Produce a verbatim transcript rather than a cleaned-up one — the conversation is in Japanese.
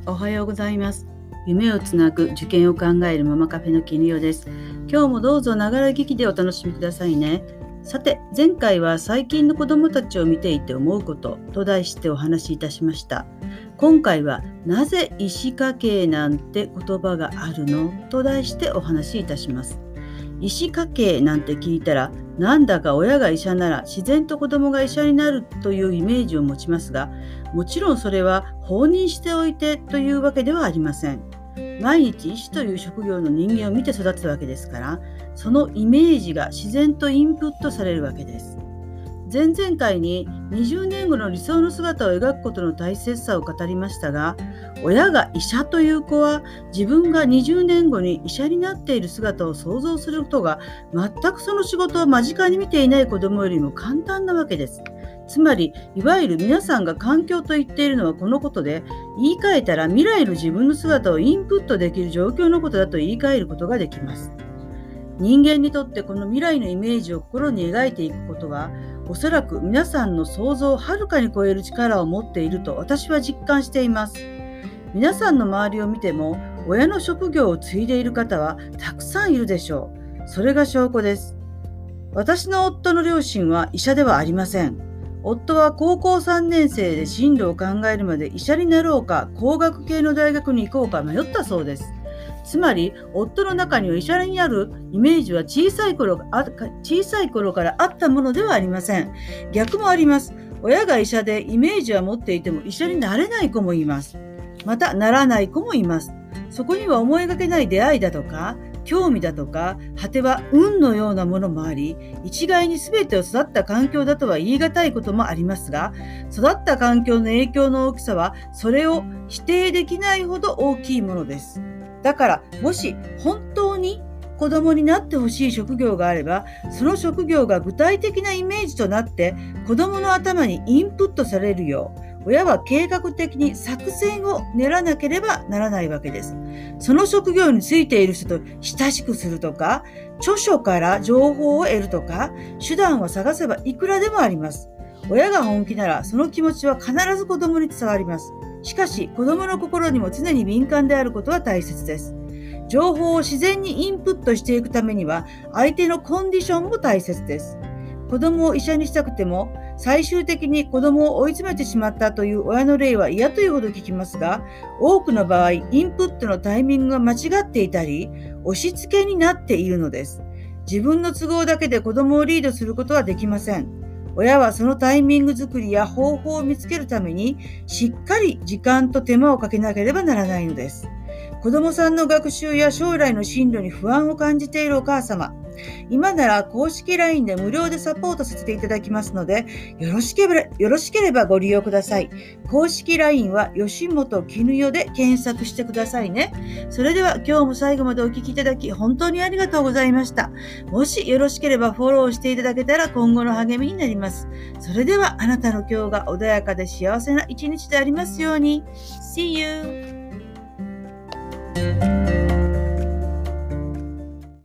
おはようございます。夢をつなぐ受験を考えるママカフェのきぬよです。今日もどうぞながら聞きでお楽しみくださいね。さて、前回は最近の子どもたちを見ていて思うことと題してお話しいたしました。今回はなぜ医師家系なんて言葉があるのと題してお話しいたします。医師家系なんて聞いたら、なんだか親が医者なら自然と子供が医者になるというイメージを持ちますが、もちろんそれは放任しておいてというわけではありません。毎日医師という職業の人間を見て育つわけですから、そのイメージが自然とインプットされるわけです。前々回ににじゅうねんごの理想の姿を描くことの大切さを語りましたが、親が医者という子は自分がにじゅうねんごに医者になっている姿を想像することが、全くその仕事を間近に見ていない子供よりも簡単なわけです。つまり、いわゆる皆さんが環境と言っているのはこのことで、言い換えたら未来の自分の姿をインプットできる状況のことだと言い換えることができます。人間にとってこの未来のイメージを心に描いていくことは、おそらく皆さんの想像をはるかに超える力を持っていると私は実感しています。皆さんの周りを見ても、親の職業を継いでいる方はたくさんいるでしょう。それが証拠です。私の夫の両親は医者ではありません。夫は高校さんねん生で進路を考えるまで医者になろうか工学系の大学に行こうか迷ったそうです。つまり、夫の中には医者になるイメージは小さい頃あ小さい頃からあったものではありません。逆もあります。親が医者でイメージは持っていても医者になれない子もいます。また、ならない子もいます。そこには思いがけない出会いだとか、興味だとか、果ては運のようなものもあり、一概に全てを育った環境だとは言い難いこともありますが、育った環境の影響の大きさは、それを否定できないほど大きいものです。だから、もし本当に子供になってほしい職業があれば、その職業が具体的なイメージとなって子供の頭にインプットされるよう、親は計画的に作戦を練らなければならないわけです。その職業についている人と親しくするとか、著書から情報を得るとか、手段を探せばいくらでもあります。親が本気ならその気持ちは必ず子供に伝わります。しかし、子供の心にも常に敏感であることは大切です。情報を自然にインプットしていくためには、相手のコンディションも大切です。子供を医者にしたくても、最終的に子供を追い詰めてしまったという親の例は嫌というほど聞きますが、多くの場合、インプットのタイミングが間違っていたり、押し付けになっているのです。自分の都合だけで子供をリードすることはできません。親はそのタイミング作りや方法を見つけるために、しっかり時間と手間をかけなければならないのです。子供さんの学習や将来の進路に不安を感じているお母様、今なら公式 ライン で無料でサポートさせていただきますので、よろしければ、よろしければご利用ください。公式 ライン は吉本きぬよで検索してくださいね。それでは今日も最後までお聞きいただき本当にありがとうございました。もしよろしければフォローしていただけたら今後の励みになります。それではあなたの今日が穏やかで幸せな一日でありますように。See you!